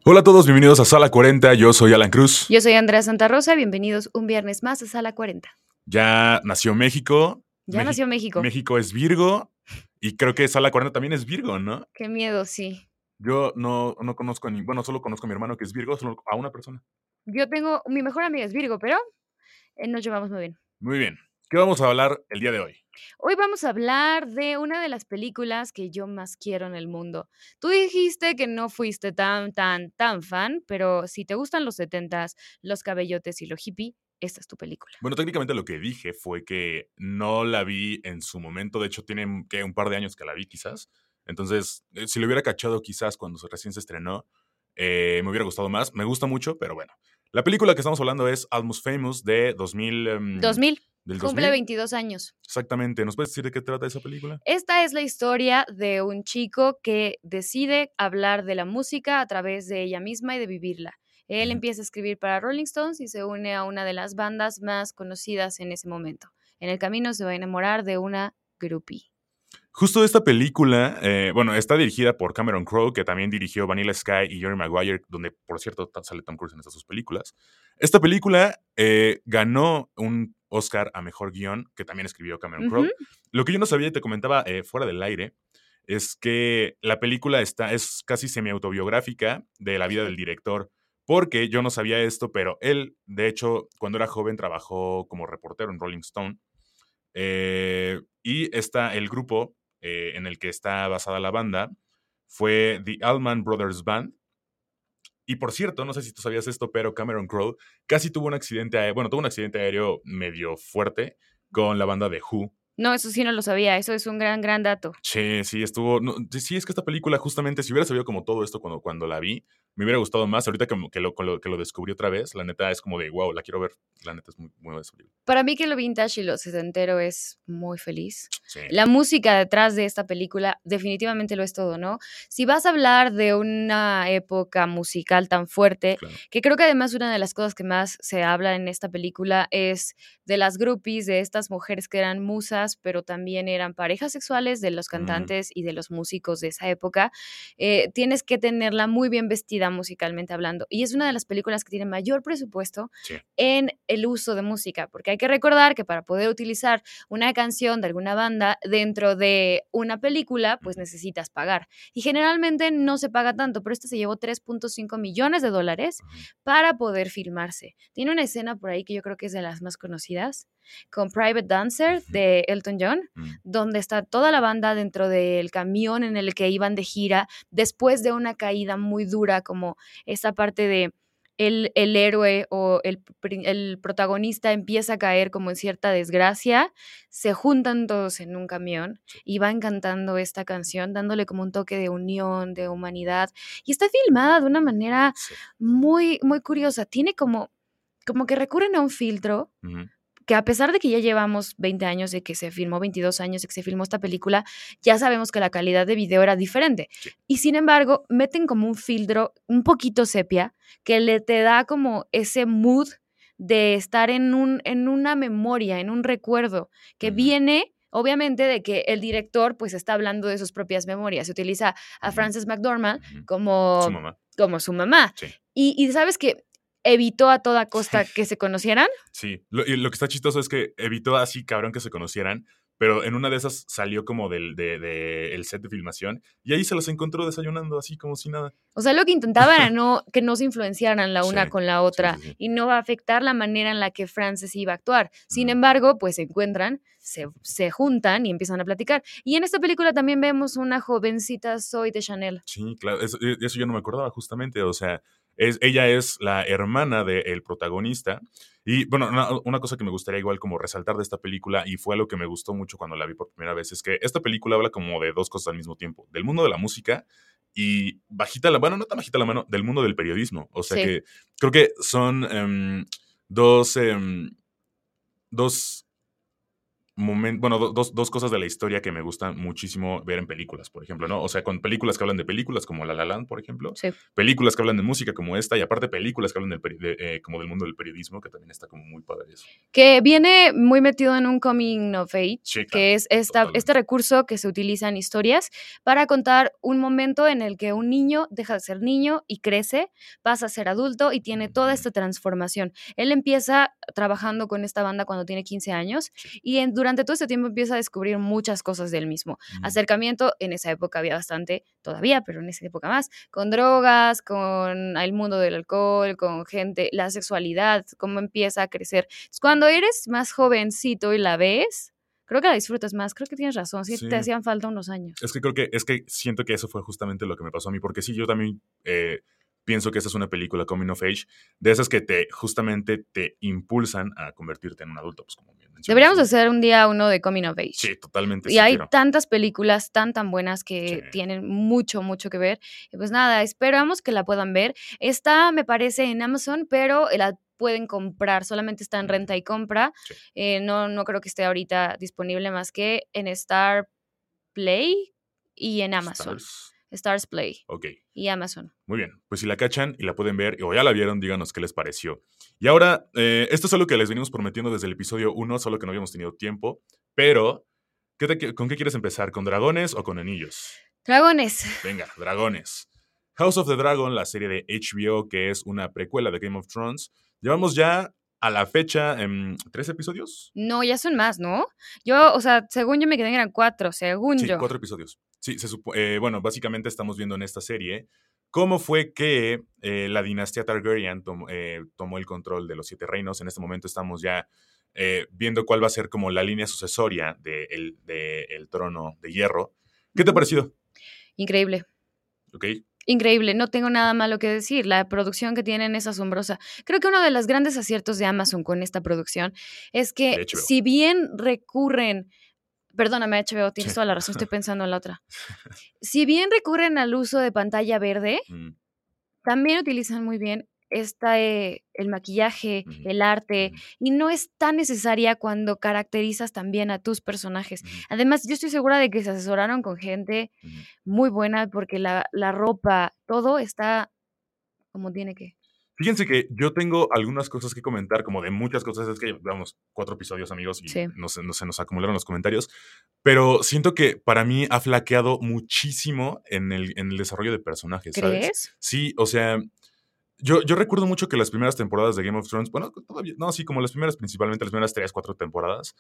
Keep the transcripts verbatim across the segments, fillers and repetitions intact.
Hola a todos, bienvenidos a Sala cuarenta, yo soy Alan Cruz. Yo soy Andrea Santa Rosa, bienvenidos un viernes más a Sala cuarenta. Ya nació México. Ya México nació México. México es Virgo y creo que Sala cuarenta también es Virgo, ¿no? Qué miedo, sí. Yo no, no conozco a ni, bueno, solo conozco a mi hermano que es Virgo, solo a una persona. Yo tengo, mi mejor amiga es Virgo, pero eh, nos llevamos muy bien. Muy bien, ¿qué vamos a hablar el día de hoy? Hoy vamos a hablar de una de las películas que yo más quiero en el mundo. Tú dijiste que no fuiste tan, tan, tan fan, pero si te gustan los setentas, los cabellotes y lo hippie, esta es tu película. Bueno, técnicamente lo que dije fue que no la vi en su momento, de hecho tiene que un par de años que la vi quizás, entonces eh, si lo hubiera cachado quizás cuando se- recién se estrenó, eh, me hubiera gustado más, me gusta mucho, pero bueno. La película que estamos hablando es Almost Famous de dos mil, em, dos mil, del cumple dos mil. veintidós años. Exactamente, ¿nos puedes decir de qué trata esa película? Esta es la historia de un chico que decide hablar de la música a través de ella misma y de vivirla. Él Ujú. empieza a escribir para Rolling Stones y se une a una de las bandas más conocidas en ese momento. En el camino se va a enamorar de una groupie. Justo esta película, eh, bueno, está dirigida por Cameron Crowe, que también dirigió Vanilla Sky y Jerry Maguire, donde, por cierto, ta- sale Tom Cruise en estas dos películas. Esta película eh, ganó un Oscar a Mejor Guión, que también escribió Cameron Ujú. Crowe. Lo que yo no sabía y te comentaba eh, fuera del aire, es que la película está, es casi semi-autobiográfica de la vida del director, porque yo no sabía esto, pero él, de hecho, cuando era joven trabajó como reportero en Rolling Stone. Eh, y está el grupo eh, en el que está basada la banda, fue The Allman Brothers Band. Y por cierto, no sé si tú sabías esto, pero Cameron Crowe casi tuvo un accidente aéreo, bueno, tuvo un accidente aéreo medio fuerte con la banda de Who. No, eso sí no lo sabía. Eso es un gran, gran dato. Sí, sí, estuvo. No, sí, sí, es que esta película, justamente, si hubiera sabido como todo esto cuando, cuando la vi, me hubiera gustado más. Ahorita que, que, lo, que, lo, que lo descubrí otra vez, la neta es como de wow, la quiero ver. La neta es muy, muy buena esa película. Para mí que lo vintage y lo setentero es muy feliz. Sí, La música detrás de esta película definitivamente lo es todo, ¿no? Si vas a hablar de una época musical tan fuerte, claro. que creo que además una de las cosas que más se habla en esta película es de las groupies, de estas mujeres que eran musas, pero también eran parejas sexuales de los Mm, cantantes y de los músicos de esa época. Eh, tienes que tenerla muy bien vestida musicalmente hablando. Y es una de las películas que tiene mayor presupuesto sí. en el uso de música, porque hay que recordar que para poder utilizar una canción de alguna banda dentro de una película, pues Ujú, necesitas pagar. Y generalmente no se paga tanto, pero este se llevó tres punto cinco millones de dólares ujú, para poder filmarse. Tiene una escena por ahí que yo creo que es de las más conocidas, con Private Dancer ujú, de Elton John, mm. donde está toda la banda dentro del camión en el que iban de gira después de una caída muy dura, como esta parte de el, el héroe o el, el protagonista empieza a caer como en cierta desgracia, se juntan todos en un camión Sí, y van cantando esta canción, dándole como un toque de unión, de humanidad. Y está filmada de una manera sí. muy, muy curiosa. Tiene como, como que recurren a un filtro Ujú, que a pesar de que ya llevamos veinte años de que se filmó, veintidós años de que se filmó esta película, ya sabemos que la calidad de video era diferente. sí. Y sin embargo, meten como un filtro un poquito sepia que le te da como ese mood de estar en, un, en una memoria, en un recuerdo, que Ujú, viene obviamente de que el director pues está hablando de sus propias memorias. Se utiliza a ujú, Frances McDormand ujú. Su como, mamá. como su mamá. Sí. Y, y sabes que evitó a toda costa que se conocieran. Sí. Lo, y lo que está chistoso es que evitó así, cabrón, que se conocieran, pero en una de esas salió como del de, de el set de filmación y ahí se los encontró desayunando así como si nada. O sea, lo que intentaba era no, que no se influenciaran la Sí, una con la sí, otra sí, sí. y no va a afectar la manera en la que Frances iba a actuar. Sin Ujú. embargo, pues se encuentran, se, se juntan y empiezan a platicar. Y en esta película también vemos una jovencita Zoe de Chanel. Sí, claro, eso, e- eso yo no me acordaba justamente, o sea, es, ella es la hermana del protagonista y bueno, una, una cosa que me gustaría igual como resaltar de esta película y fue algo que me gustó mucho cuando la vi por primera vez, es que esta película habla como de dos cosas al mismo tiempo, del mundo de la música y bajita la mano, no tan bajita la mano, del mundo del periodismo, o sea Sí. que creo que son em, dos, em, dos momen- bueno, do- dos, dos cosas de la historia que me gustan muchísimo ver en películas, por ejemplo, ¿no? O sea, con películas que hablan de películas, como La La Land, por ejemplo, Sí. películas que hablan de música como esta, y aparte películas que hablan del, peri- de, eh, como del mundo del periodismo, que también está como muy padre eso. Que viene muy metido en un coming of age, Sí, claro, que es esta, totalmente. este recurso que se utiliza en historias para contar un momento en el que un niño deja de ser niño y crece, pasa a ser adulto y tiene toda Ujú. esta transformación. Él empieza trabajando con esta banda cuando tiene quince años Sí. y en- durante todo este tiempo empieza a descubrir muchas cosas del mismo. Mm. Acercamiento, en esa época había bastante, todavía, pero en esa época más, con drogas, con el mundo del alcohol, con gente, la sexualidad, cómo empieza a crecer. Entonces, cuando eres más jovencito y la ves, creo que la disfrutas más. Creo que tienes razón, sí Sí. te hacían falta unos años. Es que creo que, es que siento que eso fue justamente lo que me pasó a mí, porque sí, yo también eh, pienso que esta es una película coming of age, de esas que te, justamente te impulsan a convertirte en un adulto, pues como bien mencionas, Deberíamos ¿no? hacer un día uno de coming of age. Sí, totalmente Y sí hay quiero. tantas películas tan, tan buenas que Sí. tienen mucho, mucho que ver. Y pues nada, esperamos que la puedan ver. Esta me parece en Amazon, pero la pueden comprar, solamente está en renta y compra. Sí. Eh, no, no creo que esté ahorita disponible más que en Star Play y en Amazon. Stars. Stars Play Ok, y Amazon. muy bien. Pues si la cachan y la pueden ver, o ya la vieron, díganos qué les pareció. Y ahora, eh, esto es algo que les venimos prometiendo desde el episodio uno, solo que no habíamos tenido tiempo. Pero, ¿qué te- ¿con qué quieres empezar? ¿Con dragones o con anillos? Dragones. Venga, dragones. House of the Dragon, la serie de H B O, que es una precuela de Game of Thrones. Llevamos ya a la fecha en tres episodios. No, ya son más, ¿no? Yo, o sea, según yo me quedé en eran cuatro, según Sí, yo. cuatro episodios. Sí, se supo- eh, bueno, básicamente estamos viendo en esta serie cómo fue que eh, la dinastía Targaryen tom- eh, tomó el control de los Siete Reinos. En este momento estamos ya eh, viendo cuál va a ser como la línea sucesoria del de el trono de hierro. ¿Qué te ha Ujú. parecido? Increíble. ¿Ok? Increíble, no tengo nada malo que decir. La producción que tienen es asombrosa. Creo que uno de los grandes aciertos de Amazon con esta producción es De que H B O. si bien recurren, perdóname H B O, tienes Sí. toda la razón, estoy pensando en la otra. Si bien recurren al uso de pantalla verde, Mm, también utilizan muy bien esta, eh, el maquillaje, ujú, el arte, ujú, y no es tan necesaria cuando caracterizas también a tus personajes. ujú, Además, yo estoy segura de que se asesoraron con gente ujú. muy buena porque la, la ropa, todo está como tiene que. Fíjense que yo tengo algunas cosas que comentar, como de muchas cosas, es que llevamos cuatro episodios, amigos, y Sí. no se, no se nos acumularon los comentarios, pero siento que para mí ha flaqueado muchísimo en el, en el desarrollo de personajes, ¿sabes? ¿Crees? Sí, o sea, yo, yo recuerdo mucho que las primeras temporadas de Game of Thrones, bueno, todavía, no, sí, como las primeras, principalmente las primeras tres, cuatro temporadas,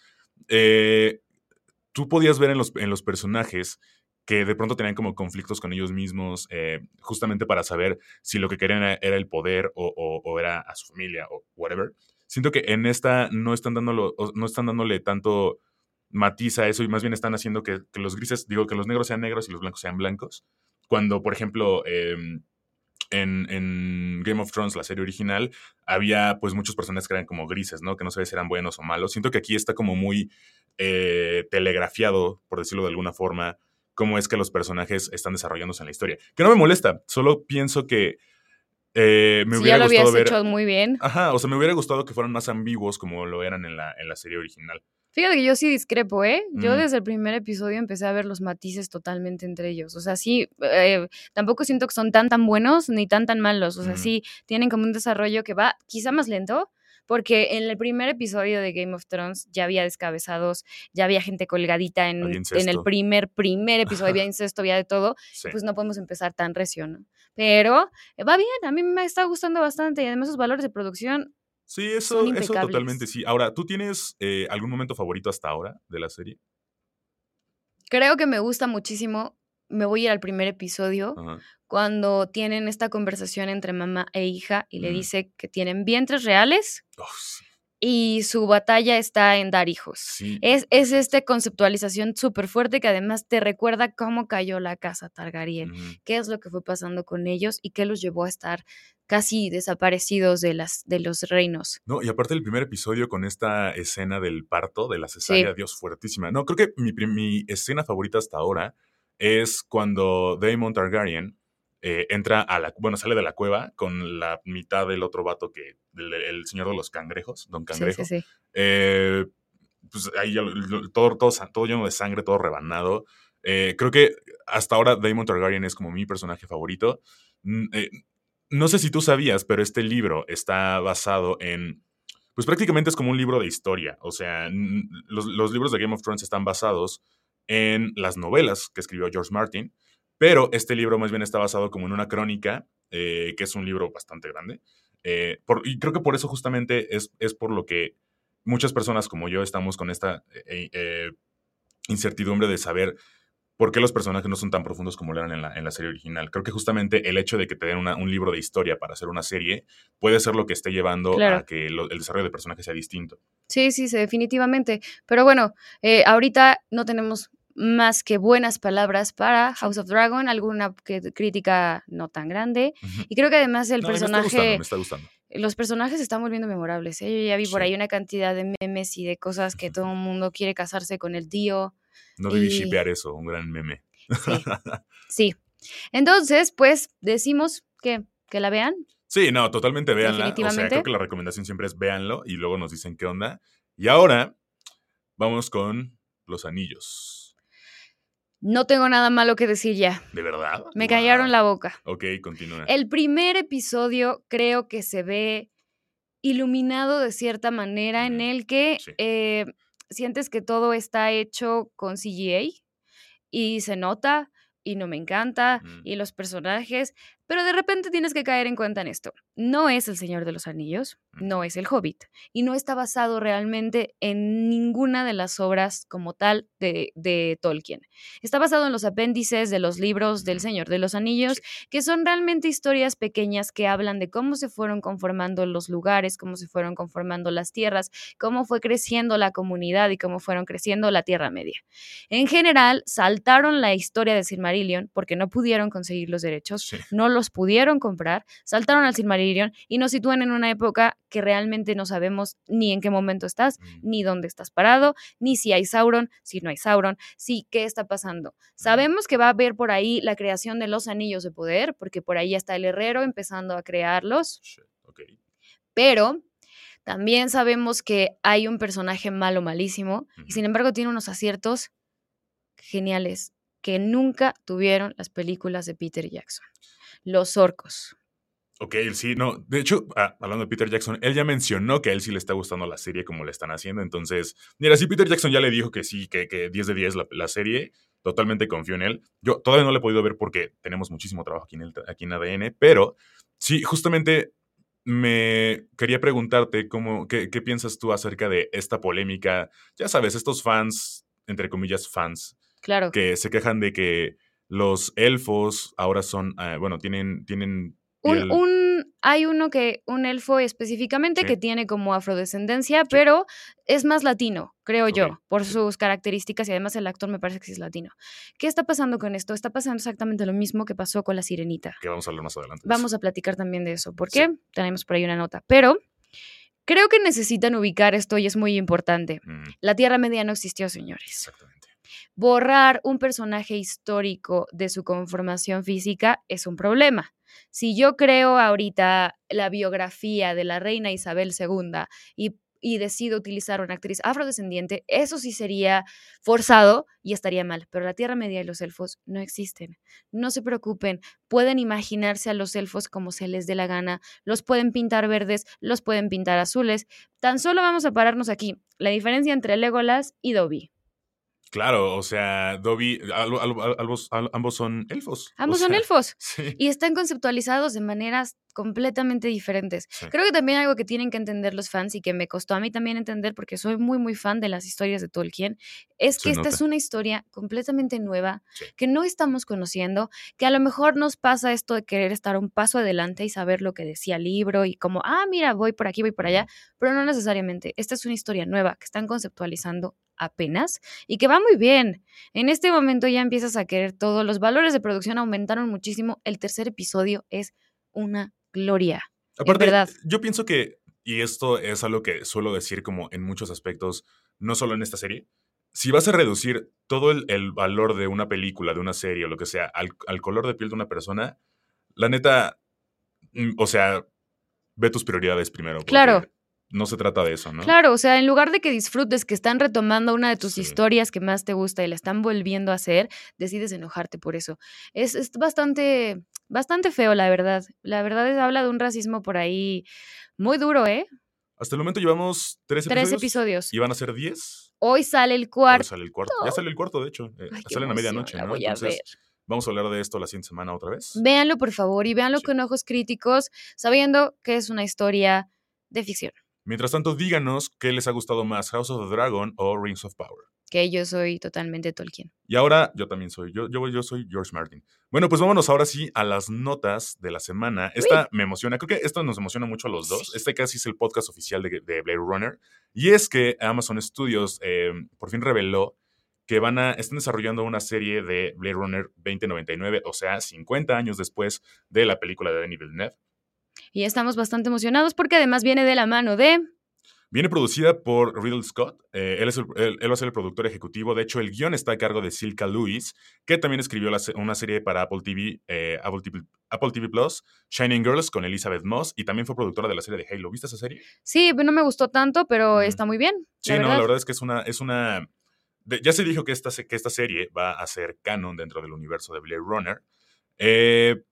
eh, tú podías ver en los, en los personajes que de pronto tenían como conflictos con ellos mismos, eh, justamente para saber si lo que querían era, era el poder o, o- o era a su familia o whatever. Siento que en esta no están, dándolo, o no están dándole tanto matiz a eso y más bien están haciendo que, que los grises, digo, que los negros sean negros y los blancos sean blancos. Cuando, por ejemplo, em, en, en Game of Thrones, la serie original, había pues muchos personajes que eran como grises, ¿no? Que no sabes si eran buenos o malos. Siento que aquí está como muy eh, telegrafiado, por decirlo de alguna forma, cómo es que los personajes están desarrollándose en la historia. Que no me molesta, solo pienso que eh, me Si ya hubiera lo gustado habías ver... hecho muy bien. Ajá, o sea, me hubiera gustado que fueran más ambiguos como lo eran en la, en la serie original. Fíjate que yo sí discrepo, ¿eh? Yo Mm, desde el primer episodio empecé a ver los matices totalmente entre ellos. O sea, sí, eh, tampoco siento que son tan tan buenos ni tan tan malos. O sea, mm, sí, tienen como un desarrollo que va quizá más lento, porque en el primer episodio de Game of Thrones ya había descabezados, ya había gente colgadita había en, en el incesto. primer, primer episodio, había incesto, había de todo, Sí. y pues no podemos empezar tan recio, ¿no? Pero eh, va bien, a mí me está gustando bastante y además sus valores de producción Sí, son eso, eso totalmente impecables. sí. Ahora, ¿tú tienes eh, algún momento favorito hasta ahora de la serie? Creo que me gusta muchísimo, me voy a ir al primer episodio, Ajá. cuando tienen esta conversación entre mamá e hija y le Mm. dice que tienen vientres reales Oh, sí. y su batalla está en dar hijos. Sí, Es, es exacto. esta conceptualización súper fuerte que además te recuerda cómo cayó la casa Targaryen, Ujú. qué es lo que fue pasando con ellos y qué los llevó a estar casi desaparecidos de, las, de los reinos. No, y aparte el primer episodio con esta escena del parto, de la Sí, cesárea, Dios, fuertísima. No, creo que mi, prim- mi escena favorita hasta ahora es cuando Daemon Targaryen eh, entra a la, bueno, sale de la cueva con la mitad del otro vato que, del- el señor de los cangrejos, Don sí, sí, Cangrejo. sí. Eh, pues ahí ya lo- lo- todo, todo, todo lleno de sangre, todo rebanado. Eh, creo que hasta ahora Daemon Targaryen es como mi personaje favorito. Mm, eh, no sé si tú sabías, pero este libro está basado en... Pues prácticamente es como un libro de historia. O sea, n- los, los libros de Game of Thrones están basados en las novelas que escribió George Martin, pero este libro más bien está basado como en una crónica, eh, que es un libro bastante grande. Eh, por- y creo que por eso justamente es, es por lo que muchas personas como yo estamos con esta eh, eh, incertidumbre de saber por qué los personajes no son tan profundos como lo eran en la, en la serie original. Creo que justamente el hecho de que te den una- un libro de historia para hacer una serie puede ser lo que esté llevando Claro. a que lo- el desarrollo de personajes sea distinto. Sí, sí, sí, definitivamente. Pero bueno, eh, ahorita no tenemos más que buenas palabras para House of Dragon, alguna que- crítica no tan grande. Ujú. Y creo que además el No, y me está gustando, me personaje, está gustando. los personajes se están volviendo memorables, ¿eh? Yo ya vi por Sí. ahí una cantidad de memes y de cosas que todo el mundo quiere casarse con el tío. No debí Y shipear eso, un gran meme. sí, sí. Entonces, pues decimos que, que la vean, Sí, no, totalmente véanla. O sea, creo definitivamente. que la recomendación siempre es véanlo y luego nos dicen qué onda. Y ahora vamos con los anillos. No tengo nada malo que decir ya. ¿De verdad? Me Wow. callaron la boca. Ok, continúa. El primer episodio creo que se ve iluminado de cierta manera en Mm, el que sí. eh, sientes que todo está hecho con C G A y se nota y no me encanta Mm, y los personajes, pero de repente tienes que caer en cuenta en esto. No es El Señor de los Anillos, mm, no es El Hobbit y no está basado realmente en ninguna de las obras como tal de, de Tolkien. Está basado en los apéndices de los libros del ujú. Señor de los Anillos, Sí. que son realmente historias pequeñas que hablan de cómo se fueron conformando los lugares, cómo se fueron conformando las tierras, cómo fue creciendo la comunidad y cómo fueron creciendo la Tierra Media. En general, saltaron la historia de Silmarillion porque no pudieron conseguir los derechos, Sí. no los pudieron comprar, saltaron al Silmarillion y nos sitúan en una época que realmente no sabemos ni en qué momento estás, Mm, ni dónde estás parado, ni si hay Sauron, si no hay Sauron, si qué está pasando. Sabemos que va a haber por ahí la creación de los anillos de poder, porque por ahí ya está el herrero empezando a crearlos, shit, ok. pero también sabemos que hay un personaje malo, malísimo, y Ujú. sin embargo tiene unos aciertos geniales que nunca tuvieron las películas de Peter Jackson. Los orcos. Ok, sí, no. De hecho, ah, hablando de Peter Jackson, él ya mencionó que a él sí le está gustando la serie como le están haciendo. Entonces, mira, si Peter Jackson ya le dijo que sí, que, que diez de diez la, la serie, totalmente confío en él. Yo todavía no lo he podido ver porque tenemos muchísimo trabajo aquí en, el, aquí en A D N, pero sí, justamente me quería preguntarte cómo, qué, qué piensas tú acerca de esta polémica. Ya sabes, estos fans, entre comillas, fans, Claro. que se quejan de que los elfos ahora son, ah, bueno, tienen, tienen Un, piel... un, hay uno que, un elfo específicamente Sí, que tiene como afrodescendencia, sí, pero es más latino, creo ok, yo, por sí. sus características y además el actor me parece que sí es latino. ¿Qué está pasando con esto? Está pasando exactamente lo mismo que pasó con la sirenita. Que vamos a hablar más adelante de eso. Vamos a platicar también de eso. ¿Por Sí. qué? Tenemos por ahí una nota. Pero creo que necesitan ubicar esto y es muy importante. Mm, La Tierra Media no existió, señores. exactamente. Borrar un personaje histórico de su conformación física es un problema. Si yo creo ahorita la biografía de la reina Isabel segunda y, y decido utilizar una actriz afrodescendiente, eso sí sería forzado y estaría mal. Pero la Tierra Media y los elfos no existen. No se preocupen, pueden imaginarse a los elfos como se les dé la gana, los pueden pintar verdes, los pueden pintar azules. Tan solo vamos a pararnos aquí, la diferencia entre Legolas y Dobby. Claro, o sea, Dobby, al- al- al- ambos, al- ambos son elfos. O Ambos son sea, elfos sí, y están conceptualizados de maneras completamente diferentes. sí, Creo que también algo que tienen que entender los fans y que me costó a mí también entender porque soy muy, muy fan de las historias de Tolkien, es que se esta es nota. una historia completamente nueva, Sí. que no estamos conociendo, que a lo mejor nos pasa esto de querer estar un paso adelante y saber lo que decía el libro y como, ah, mira, voy por aquí, voy por allá, pero no necesariamente. Esta es una historia nueva que están conceptualizando apenas y que va muy bien. En este momento ya empiezas a querer todo, los valores de producción aumentaron muchísimo, el tercer episodio es una gloria, en Aparte, verdad. yo pienso que, y esto es algo que suelo decir como en muchos aspectos, no solo en esta serie, si vas a reducir todo el, el valor de una película, de una serie o lo que sea, al, al color de piel de una persona, la neta, mm, o sea, ve tus prioridades primero. Porque Claro. no se trata de eso, ¿no? Claro, o sea, en lugar de que disfrutes que están retomando una de tus Sí. historias que más te gusta y la están volviendo a hacer, decides enojarte por eso. Es, es bastante, bastante feo, la verdad. La verdad es, habla de un racismo por ahí muy duro, ¿eh? Hasta el momento llevamos tres Tres episodios episodios. y van a ser diez. Hoy sale el Hoy cuarto. sale el cuarto. Ya sale el cuarto, de hecho. Eh, Ay, qué salen a emoción, medianoche, la ¿no? voy a ver. Entonces, vamos a hablar de esto la siguiente semana otra vez. Véanlo, por favor, y véanlo Sí. con ojos críticos, sabiendo que es una historia de ficción. Mientras tanto, díganos qué les ha gustado más, House of the Dragon o Rings of Power. Que yo soy totalmente Tolkien. Y ahora yo también soy, yo, yo, yo soy George Martin. Bueno, pues vámonos ahora sí a las notas de la semana. Esta Uy. me emociona, creo que esto nos emociona mucho a los dos. Sí. Este casi es el podcast oficial de, de Blade Runner. Y es que Amazon Studios eh, por fin reveló que van a, están desarrollando una serie de Blade Runner veinte noventa y nueve, o sea, cincuenta años después de la película de Denis Villeneuve. Y estamos bastante emocionados porque además viene de la mano de... Viene producida por Ridley Scott. Eh, él, es el, él, él va a ser el productor ejecutivo. De hecho, el guión está a cargo de Silka Lewis, que también escribió la, una serie para Apple T V, eh, Apple T V, Apple T V Plus, Shining Girls, con Elizabeth Moss, y también fue productora de la serie de Halo. ¿Viste esa serie? Sí, no me gustó tanto, pero Mm. está muy bien. Sí, la no, verdad. la verdad es que es una... Es una de, ya se dijo que esta, que esta serie va a ser canon dentro del universo de Blade Runner. Eh...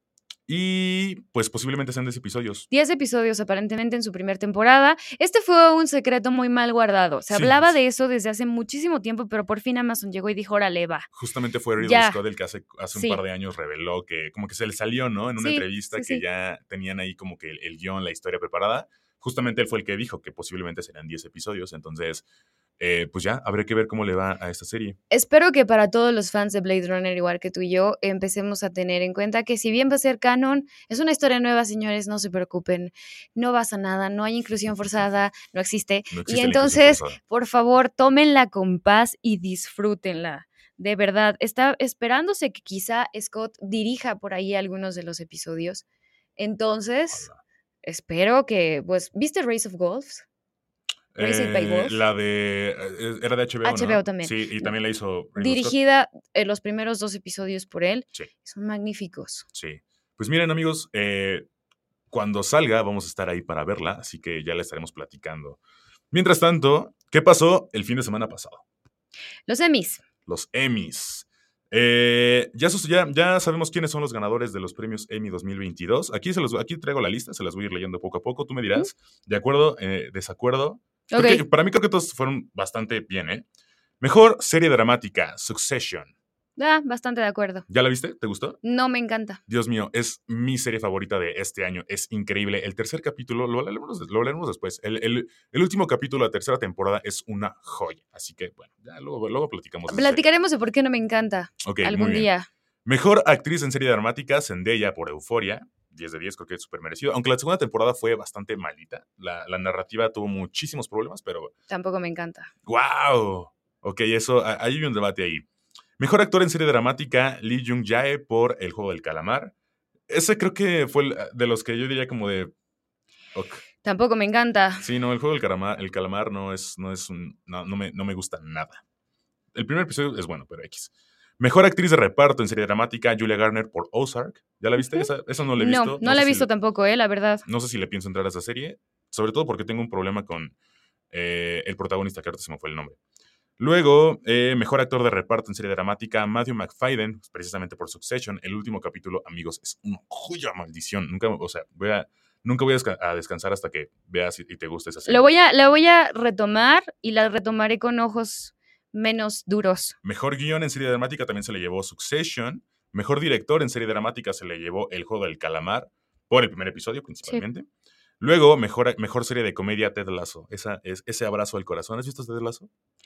Y pues posiblemente sean diez episodios. diez episodios aparentemente en su primera temporada. Este fue un secreto muy mal guardado. Se sí, hablaba sí. de eso desde hace muchísimo tiempo, pero por fin Amazon llegó y dijo, órale, va. Justamente fue Ridley Scott el que hace, hace sí. un par de años reveló que como que se le salió, ¿no? En una sí, entrevista sí, que sí. ya tenían ahí como que el, el guión, la historia preparada. Justamente él fue el que dijo que posiblemente serán diez episodios. Entonces... Eh, pues ya, habrá que ver cómo le va a esta serie. Espero que para todos los fans de Blade Runner, igual que tú y yo, empecemos a tener en cuenta que si bien va a ser canon, es una historia nueva, señores, no se preocupen, no pasa nada, no hay inclusión forzada, no existe. No existe y entonces, por favor, tómenla con paz y disfrútenla. De verdad, está esperándose que quizá Scott dirija por ahí algunos de los episodios. Entonces, Hola. espero que, pues, ¿viste Race of Wolves? Eh, la de... Era de H B O, H B O ¿no? también. Sí, y también la hizo... Dirigida en los primeros dos episodios por él. Sí. Son magníficos. Sí. Pues miren, amigos, eh, cuando salga vamos a estar ahí para verla, así que ya la estaremos platicando. Mientras tanto, ¿qué pasó el fin de semana pasado? Los Emmys. Los Emmys. Eh, ya, ya, ya sabemos quiénes son los ganadores de los premios Emmy dos mil veintidós. Aquí, se los, aquí traigo la lista, se las voy a ir leyendo poco a poco. Tú me dirás, ¿de acuerdo? Eh, ¿Desacuerdo? Okay. Que, para mí creo que todos fueron bastante bien, ¿eh? Mejor serie dramática, Succession. Ah, bastante de acuerdo. ¿Ya la viste? ¿Te gustó? No, me encanta. Dios mío, es mi serie favorita de este año. Es increíble. El tercer capítulo, lo hablaremos, lo hablaremos después. El, el, el último capítulo de la tercera temporada es una joya. Así que, bueno, ya luego, luego platicamos. Platicaremos de por qué no me encanta. Okay, algún día. Mejor actriz en serie dramática, Zendaya por Euphoria. diez de diez, creo que es súper merecido. Aunque la segunda temporada fue bastante malita. La, la narrativa tuvo muchísimos problemas, pero... Tampoco me encanta. ¡Wow! Ok, eso, hay un debate ahí. Mejor actor en serie dramática, Lee Jung-jae por El Juego del Calamar. Ese creo que fue el, de los que yo diría como de... Okay. Tampoco me encanta. Sí, no, El Juego del Calamar, el calamar no es, no es un... No, no, me, no me gusta nada. El primer episodio es bueno, pero X. Mejor actriz de reparto en serie dramática, Julia Garner por Ozark. ¿Ya la viste? Uh-huh. esa, esa no la he visto. No, no, no la he visto si tampoco, eh, la verdad. No sé si le pienso entrar a esa serie, sobre todo porque tengo un problema con eh, el protagonista, que ahorita se me fue el nombre. Luego, eh, mejor actor de reparto en serie dramática, Matthew McFadden, precisamente por Succession. El último capítulo, amigos, es una joya, maldición. Nunca, o sea, voy a, nunca voy a descansar hasta que veas y, y te guste esa serie. Lo voy a, la voy a retomar y la retomaré con ojos menos duros. Mejor guión en serie dramática también se le llevó Succession. Mejor director en serie dramática se le llevó El Juego del Calamar, por el primer episodio principalmente. Sí. Luego, mejor, mejor serie de comedia, Ted Lasso. Esa, es, ese abrazo al corazón. ¿Has visto Ted Lasso?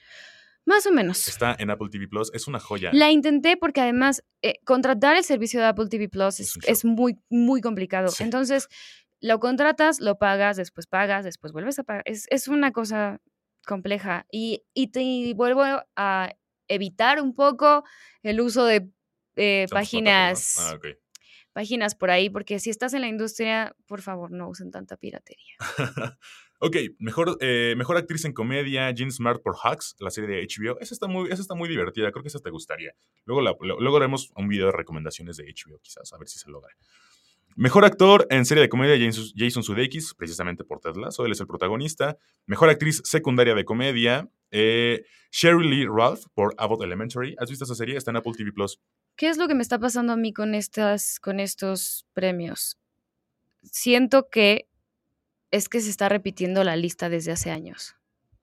Más o menos. Está en Apple T V Plus, es una joya. La intenté porque además eh, contratar el servicio de Apple T V Plus es, es, es muy, muy complicado. Sí. Entonces, lo contratas, lo pagas, después pagas, después vuelves a pagar. Es, es una cosa compleja. Y, y te y vuelvo a evitar un poco el uso de eh, páginas, ah, okay. páginas por ahí, porque si estás en la industria, por favor, no usen tanta piratería. Ok, mejor, eh, mejor actriz en comedia, Jean Smart por Hacks, la serie de H B O. Esa está muy, esa está muy divertida, creo que esa te gustaría. Luego, la, luego haremos un video de recomendaciones de H B O, quizás, a ver si se logra. Mejor actor en serie de comedia, Jason Jason Sudeikis, precisamente por Ted Lasso, él es el protagonista. Mejor actriz secundaria de comedia, eh, Sheryl Lee Ralph por Abbott Elementary. ¿Has visto esa serie? Está en Apple T V Plus. ¿Qué es lo que me está pasando a mí con, estas, con estos premios? Siento que es que se está repitiendo la lista desde hace años.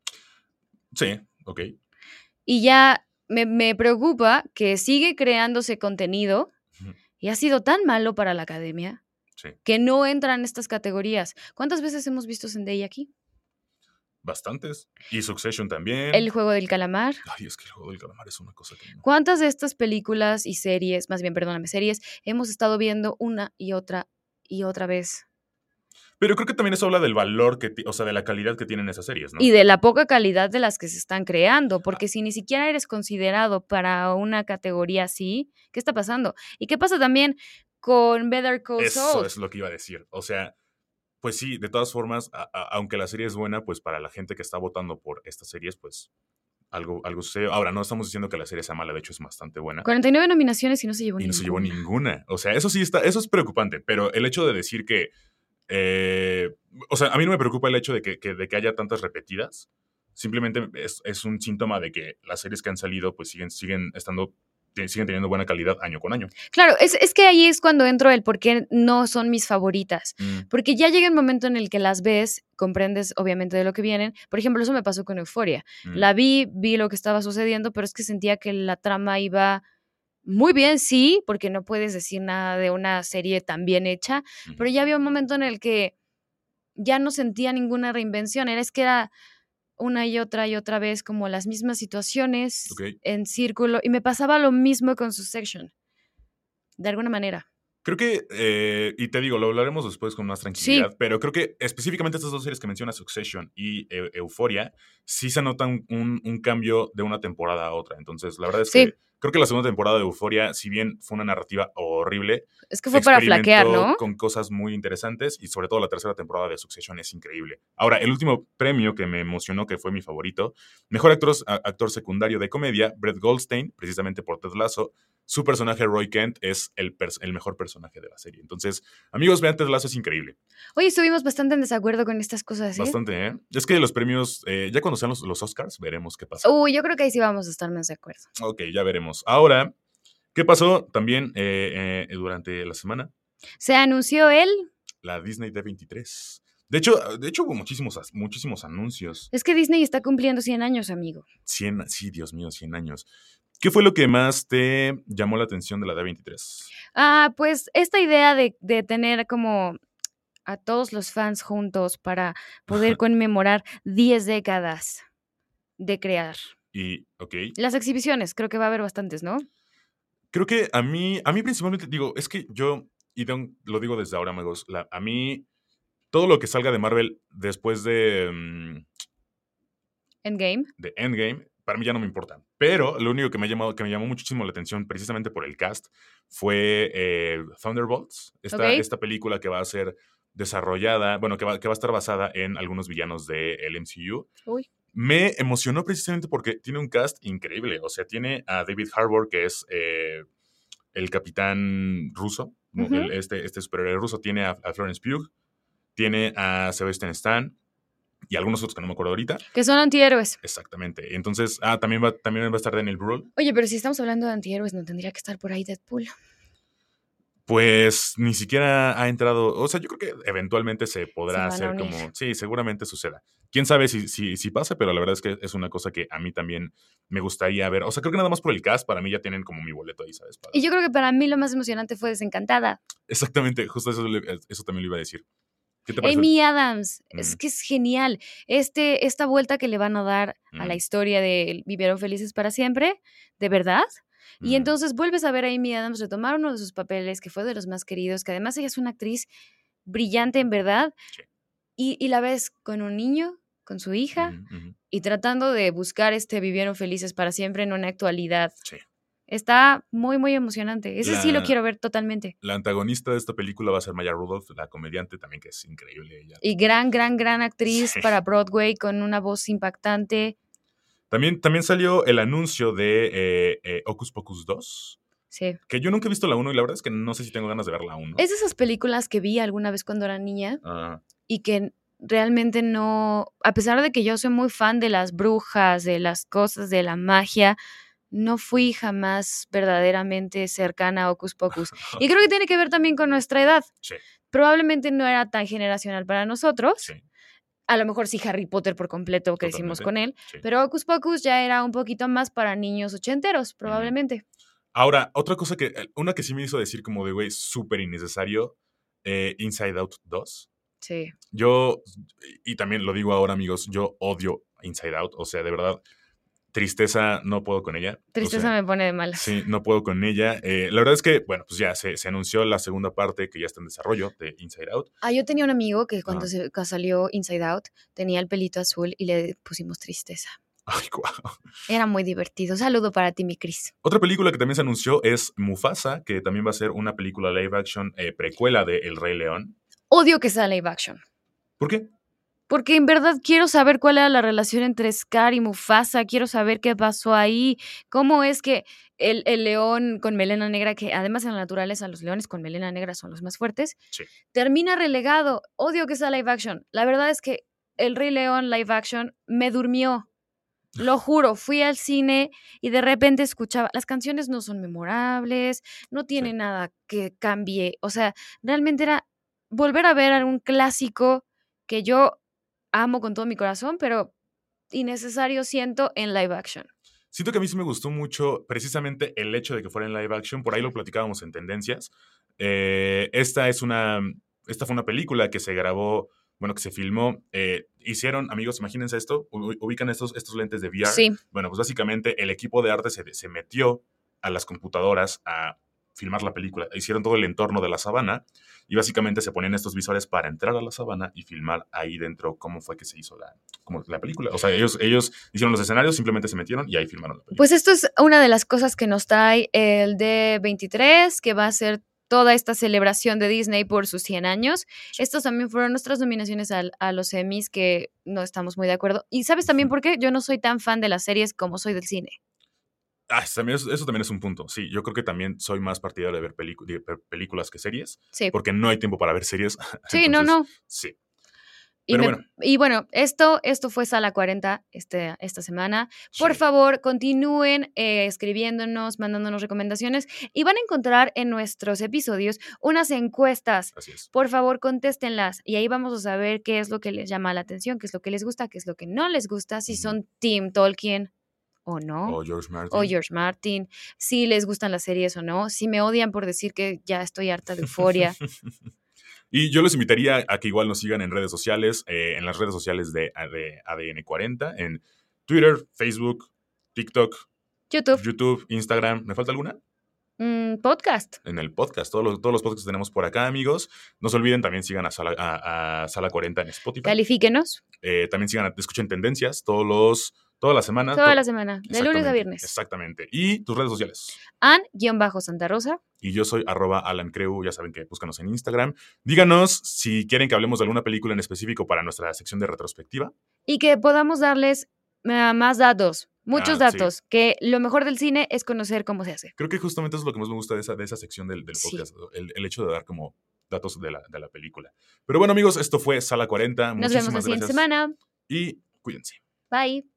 Sí, ok. Y ya me, me preocupa que sigue creándose contenido Ujú. y ha sido tan malo para la academia Sí, que no entran en estas categorías. ¿Cuántas veces hemos visto Zendaya aquí? bastantes. Y Succession también. El juego del calamar. Ay, es que el juego del calamar es una cosa que no. ¿Cuántas de estas películas y series, más bien, perdóname, series, hemos estado viendo una y otra y otra vez? Pero creo que también eso habla del valor, que ti- o sea, de la calidad que tienen esas series, ¿no? Y de la poca calidad de las que se están creando, porque si ni siquiera eres considerado para una categoría así, ¿qué está pasando? ¿Y qué pasa también con Better Call Eso Saul? es lo que iba a decir. O sea, pues sí, de todas formas, a- a- aunque la serie es buena, pues para la gente que está votando por estas series, pues algo, algo sucede. Ahora, no estamos diciendo que la serie sea mala, de hecho es bastante buena. cuarenta y nueve nominaciones y no se llevó Y no se llevó ninguna. ninguna. O sea, eso sí está, eso es preocupante, pero el hecho de decir que, eh, o sea, a mí no me preocupa el hecho de que, que- de que haya tantas repetidas. Simplemente es, es un síntoma de que las series que han salido, pues siguen, siguen estando, te- siguen teniendo buena calidad año con año. Claro, es, es que ahí es cuando entro el por qué no son mis favoritas. Mm, Porque ya llega un momento en el que las ves, comprendes obviamente de lo que vienen. Por ejemplo, eso me pasó con Euphoria. mm, La vi, vi lo que estaba sucediendo, pero es que sentía que la trama iba muy bien, sí, porque no puedes decir nada de una serie tan bien hecha, ujú. pero ya había un momento en el que ya no sentía ninguna reinvención. Era es que era una y otra y otra vez como las mismas situaciones Ok. en círculo. Y me pasaba lo mismo con Succession, de alguna manera. Creo que, eh, y te digo, lo hablaremos después con más Sí, tranquilidad, pero creo que específicamente estas dos series que mencionas, Succession y Eu- Euphoria, sí se nota un, un- un cambio de una temporada a otra. Entonces, la verdad es sí, que creo que la segunda temporada de Euphoria, si bien fue una narrativa horrible, es que fue para flaquear, experimentó ¿no? con cosas muy interesantes y sobre todo la tercera temporada de Succession es increíble. Ahora, el último premio que me emocionó, que fue mi favorito, mejor actor, a- actor secundario de comedia, Brett Goldstein, precisamente por Ted Lasso. Su personaje, Roy Kent, es el, pers- el mejor personaje de la serie. Entonces, amigos, vean Ted Lasso, es increíble. Oye, estuvimos bastante en desacuerdo con estas cosas, ¿eh? Bastante, ¿eh? Es que los premios, eh, ya cuando sean los, los Oscars, veremos qué pasa. Uy, yo creo que ahí sí vamos a estar más de acuerdo. Ok, ya veremos. Ahora, ¿qué pasó también eh, eh, durante la semana? Se anunció él. La Disney D veintitrés. De hecho, de hecho hubo muchísimos, as- muchísimos anuncios. Es que Disney está cumpliendo cien años, amigo. cien, sí, Dios mío, cien años. ¿Qué fue lo que más te llamó la atención de la D veintitrés? Ah, pues esta idea de, de tener como a todos los fans juntos para poder conmemorar diez décadas de crear. Y, ok, Las exhibiciones, creo que va a haber bastantes, ¿no? creo que a mí, a mí principalmente, digo, es que yo, y de- lo digo desde ahora, amigos, la- a mí, todo lo que salga de Marvel después de, mm, Endgame. de Endgame, para mí ya no me importa. Pero lo único que me, ha llamado, que me llamó muchísimo la atención, precisamente por el cast, fue eh, Thunderbolts, esta, Ok. esta película que va a ser desarrollada, bueno, que va, que va a estar basada en algunos villanos del M C U. Uy. Me emocionó precisamente porque tiene un cast increíble. O sea, tiene a David Harbour, que es eh, el capitán ruso, ¿no? Ujú. el, este, este superhéroe ruso. Tiene a, a Florence Pugh, tiene a Sebastian Stan y algunos otros que no me acuerdo ahorita. Que son antihéroes. Exactamente. Entonces, ah, también va, también va a estar Daniel Brühl. Oye, pero si estamos hablando de antihéroes, ¿no tendría que estar por ahí Deadpool? Pues ni siquiera ha entrado. O sea, yo creo que eventualmente se Se podrá van a hacer unir. como. Sí, seguramente suceda. Quién sabe si, si, si pasa, pero la verdad es que es una cosa que a mí también me gustaría ver. O sea, creo que nada más por el cast, para mí ya tienen como mi boleto ahí, ¿sabes? Para- Y yo creo que para mí lo más emocionante fue Desencantada. Exactamente, justo eso, le- eso también lo iba a decir. ¿Qué te pareció? Amy Adams, es Mm, que es genial. Este, esta vuelta que le van a dar a la mm, historia de Vivieron Felices para Siempre, de verdad. Y mm, entonces vuelves a ver a Amy Adams retomar uno de sus papeles, que fue de los más queridos, que además ella es una actriz brillante en verdad, sí. y, y la ves con un niño, con su hija, Ujú, ujú, y tratando de buscar este Vivieron Felices para Siempre en una actualidad. sí. Está muy, muy emocionante. Ese sí lo La, quiero ver totalmente. la antagonista de esta película va a ser Maya Rudolph, la comediante también, que es increíble ella. Y gran, gran, gran actriz Sí. para Broadway con una voz impactante. También, también salió el anuncio de eh, eh, Hocus Pocus dos. Sí. Que yo nunca he visto la uno y la verdad es que no sé si tengo ganas de ver la uno. Es de esas películas que vi alguna vez cuando era niña Ah, y que realmente no, a pesar de que yo soy muy fan de las brujas, de las cosas, de la magia, no fui jamás verdaderamente cercana a Hocus Pocus. Y creo que tiene que ver también con nuestra edad. sí, Probablemente no era tan generacional para nosotros. sí, A lo mejor sí Harry Potter por completo crecimos totalmente. con él, Sí. pero Hocus Pocus ya era un poquito más para niños ochenteros, probablemente. Ahora, otra cosa que, eh, una que sí me hizo decir como de, güey, súper innecesario, eh, Inside Out dos. Sí. Yo, y también lo digo ahora, amigos, yo odio Inside Out, o sea, de verdad, tristeza, no puedo con ella. O Tristeza sea, me pone de malas. sí, no puedo con ella. Eh, la verdad es que, bueno, pues ya se, se anunció la segunda parte que ya está en desarrollo de Inside Out. Ah, yo tenía un amigo que cuando Ajá. se, cuando salió Inside Out tenía el pelito azul y le pusimos tristeza. Ay, guau. Era muy divertido. Saludo para ti, mi Cris. Otra película que también se anunció es Mufasa, que también va a ser una película live action eh, precuela de El Rey León. Odio que sea live action. ¿Por qué? Porque en verdad quiero saber cuál era la relación entre Scar y Mufasa, quiero saber qué pasó ahí, cómo es que el, el león con melena negra, que además en la naturaleza los leones con melena negra son los más fuertes, Sí. termina relegado. Odio que sea live action. La verdad es que El Rey León live action me durmió. Lo juro, fui al cine y de repente escuchaba, las canciones no son memorables, no tiene Sí. nada que cambie, o sea, realmente era volver a ver algún clásico que yo amo con todo mi corazón, pero innecesario siento en live action. Siento que a mí sí me gustó mucho precisamente el hecho de que fuera en live action, por ahí lo platicábamos en Tendencias. Eh, esta es una, esta fue una película que se grabó, bueno, que se filmó. Eh, hicieron, amigos, imagínense esto, u- ubican estos, estos lentes de V R. Sí. Bueno, pues básicamente el equipo de arte se, se metió a las computadoras a filmar la película. Hicieron todo el entorno de la sabana y básicamente se ponían estos visores para entrar a la sabana y filmar ahí dentro cómo fue que se hizo la, como la película. O sea, ellos, ellos hicieron los escenarios, simplemente se metieron y ahí filmaron la película. Pues esto es una de las cosas que nos trae el D veintitrés, que va a ser toda esta celebración de Disney por sus cien años. Estos también fueron nuestras nominaciones al, a los Emmys, que no estamos muy de acuerdo. Y ¿sabes también por qué? Yo no soy tan fan de las series como soy del cine. Ah, eso también, es, eso también es un punto. Sí, yo creo que también soy más partidario de ver, pelicu- de ver películas que series, Sí. porque no hay tiempo para ver series. Sí, no, no. Sí. Y, Pero me- bueno. y bueno, esto, esto fue Sala cuarenta este, esta semana. Por Sí. favor, continúen eh, escribiéndonos, mandándonos recomendaciones y van a encontrar en nuestros episodios unas encuestas. Así es. Por favor, contéstenlas y ahí vamos a saber qué es lo que les llama la atención, qué es lo que les gusta, qué es lo que no les gusta, si Ujú. son Team Tolkien o no, O George Martin. o George Martin, si les gustan las series o no, si me odian por decir que ya estoy harta de Euforia. Y yo los invitaría a que igual nos sigan en redes sociales, eh, en las redes sociales de, de A D N cuarenta, en Twitter, Facebook, TikTok, YouTube, YouTube, Instagram. ¿Me falta alguna? mm, podcast. En el podcast. Todos los, todos los podcasts que tenemos por acá, amigos. No se olviden, también sigan a Sala, a, a Sala cuarenta en Spotify. Califíquenos Eh, también sigan, a- escuchen Tendencias todos los, toda la semana. toda to- la semana, de lunes a Exactamente, viernes. Exactamente. Y tus redes sociales. An-Santa Rosa. Y yo soy arroba Alan Creu, ya saben que búscanos en Instagram. Díganos si quieren que hablemos de alguna película en específico para nuestra sección de retrospectiva. Y que podamos darles uh, más datos, muchos Ah, sí. datos, que lo mejor del cine es conocer cómo se hace. Creo que justamente eso es lo que más me gusta de esa, de esa sección del, del Sí. podcast, el, el hecho de dar como datos de la, de la película. Pero bueno, amigos, esto fue Sala cuarenta. Nos vemos la Muchísimas siguiente gracias semana. y cuídense. Bye.